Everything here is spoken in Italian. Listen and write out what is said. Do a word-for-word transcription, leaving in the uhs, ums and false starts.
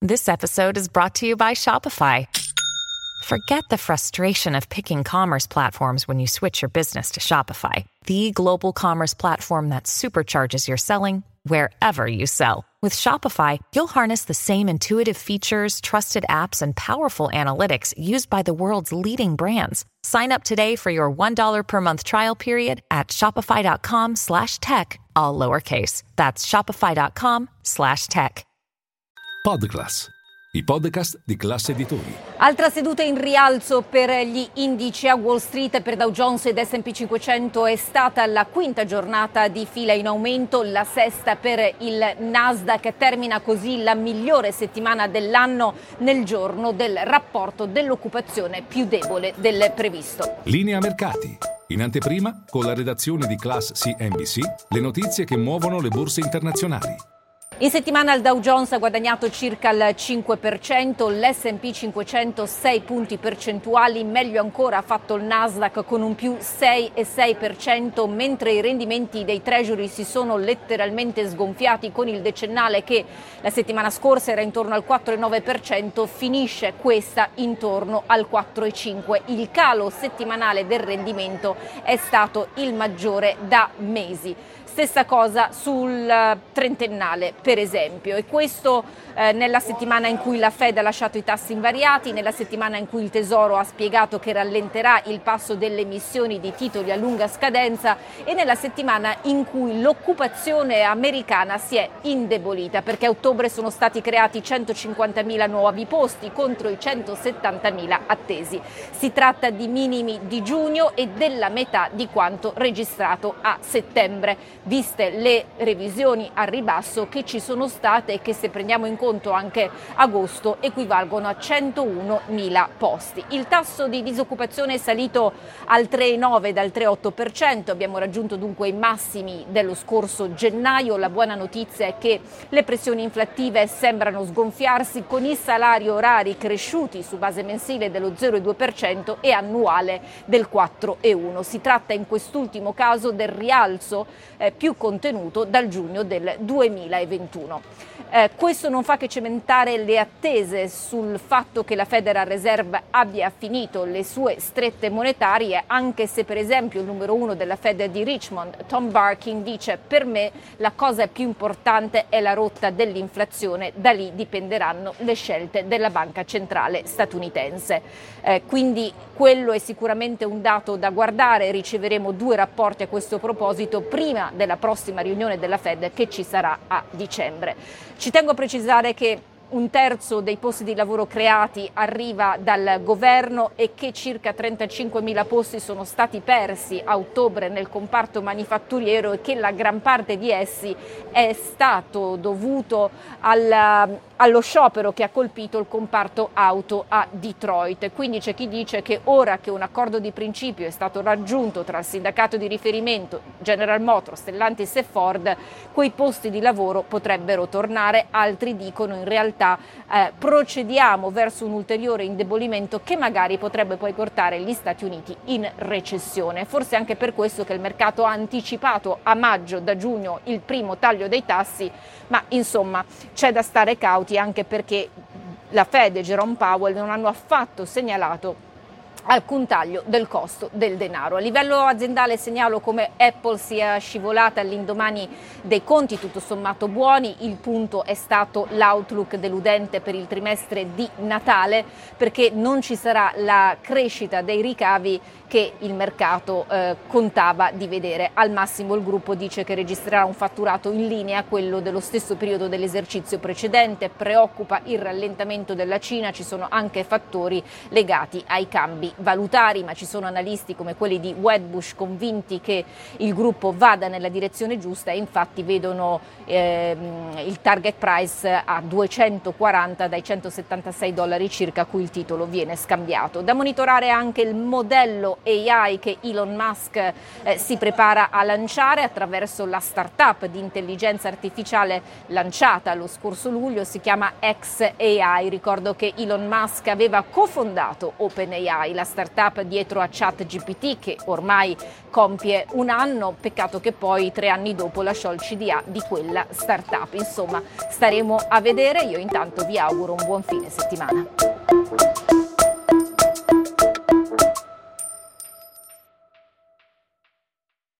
This episode is brought to you by Shopify. Forget the frustration of picking commerce platforms when you switch your business to Shopify, the global commerce platform that supercharges your selling wherever you sell. With Shopify, you'll harness the same intuitive features, trusted apps, and powerful analytics used by the world's leading brands. Sign up today for your one dollar per month trial period at shopify.com slash tech, all lowercase. That's shopify.com slash tech. Podclass, i podcast di Class Editori. Altra seduta in rialzo per gli indici a Wall Street. Per Dow Jones ed S and P cinquecento è stata la quinta giornata di fila in aumento, la sesta per il Nasdaq. Termina così la migliore settimana dell'anno nel giorno del rapporto dell'occupazione più debole del previsto. Linea mercati. In anteprima, con la redazione di Class C N B C, le notizie che muovono le borse internazionali. In settimana il Dow Jones ha guadagnato circa il cinque per cento, l'S and P cinquecento sei punti percentuali, meglio ancora ha fatto il Nasdaq con un più sei virgola sei per cento, mentre i rendimenti dei treasury si sono letteralmente sgonfiati, con il decennale che la settimana scorsa era intorno al quattro virgola nove per cento, finisce questa intorno al quattro virgola cinque per cento. Il calo settimanale del rendimento è stato il maggiore da mesi. Stessa cosa sul trentennale, per esempio, e questo eh, nella settimana in cui la Fed ha lasciato i tassi invariati, nella settimana in cui il Tesoro ha spiegato che rallenterà il passo delle emissioni di titoli a lunga scadenza, e nella settimana in cui l'occupazione americana si è indebolita, perché a ottobre sono stati creati centocinquantamila nuovi posti contro i centosettantamila attesi. Si tratta di minimi di giugno e della metà di quanto registrato a settembre, viste le revisioni al ribasso che ci sono state e che, se prendiamo in conto anche agosto, equivalgono a centounomila posti. Il tasso di disoccupazione è salito al tre virgola nove dal tre virgola otto per cento, abbiamo raggiunto dunque i massimi dello scorso gennaio. La buona notizia è che le pressioni inflattive sembrano sgonfiarsi, con i salari orari cresciuti su base mensile dello zero virgola due per cento e annuale del quattro virgola uno per cento. Si tratta in quest'ultimo caso del rialzo eh, più contenuto dal giugno del duemilaventuno. Eh, questo non fa che cementare le attese sul fatto che la Federal Reserve abbia finito le sue strette monetarie, anche se per esempio il numero uno della Fed di Richmond, Tom Barkin, dice: per me la cosa più importante è la rotta dell'inflazione, da lì dipenderanno le scelte della banca centrale statunitense. Eh, quindi quello è sicuramente un dato da guardare. Riceveremo due rapporti a questo proposito prima della prossima riunione della Fed, che ci sarà a dicembre. Ci tengo a precisare che un terzo dei posti di lavoro creati arriva dal governo e che circa trentacinquemila posti sono stati persi a ottobre nel comparto manifatturiero, e che la gran parte di essi è stato dovuto al, allo sciopero che ha colpito il comparto auto a Detroit. Quindi c'è chi dice che ora che un accordo di principio è stato raggiunto tra il sindacato di riferimento General Motors, Stellantis e Ford, quei posti di lavoro potrebbero tornare. Altri dicono in realtà Eh, procediamo verso un ulteriore indebolimento che magari potrebbe poi portare gli Stati Uniti in recessione. Forse anche per questo che il mercato ha anticipato a maggio da giugno il primo taglio dei tassi, ma insomma c'è da stare cauti, anche perché la Fed e Jerome Powell non hanno affatto segnalato alcun taglio del costo del denaro. A livello aziendale segnalo come Apple sia scivolata all'indomani dei conti tutto sommato buoni. Il punto è stato l'outlook deludente per il trimestre di Natale, perché non ci sarà la crescita dei ricavi che il mercato eh, contava di vedere. Al massimo il gruppo dice che registrerà un fatturato in linea a quello dello stesso periodo dell'esercizio precedente. Preoccupa il rallentamento della Cina, ci sono anche fattori legati ai cambi valutari, ma ci sono analisti come quelli di Wedbush convinti che il gruppo vada nella direzione giusta, e infatti vedono ehm, il target price a duecentoquaranta dai centosettantasei dollari circa a cui il titolo viene scambiato. Da monitorare anche il modello A I che Elon Musk eh, si prepara a lanciare attraverso la startup di intelligenza artificiale lanciata lo scorso luglio, si chiama X A I. Ricordo che Elon Musk aveva cofondato OpenAI, la la startup dietro a ChatGPT, che ormai compie un anno, peccato che poi tre anni dopo lasciò il C D A di quella startup. Insomma, staremo a vedere, io intanto vi auguro un buon fine settimana.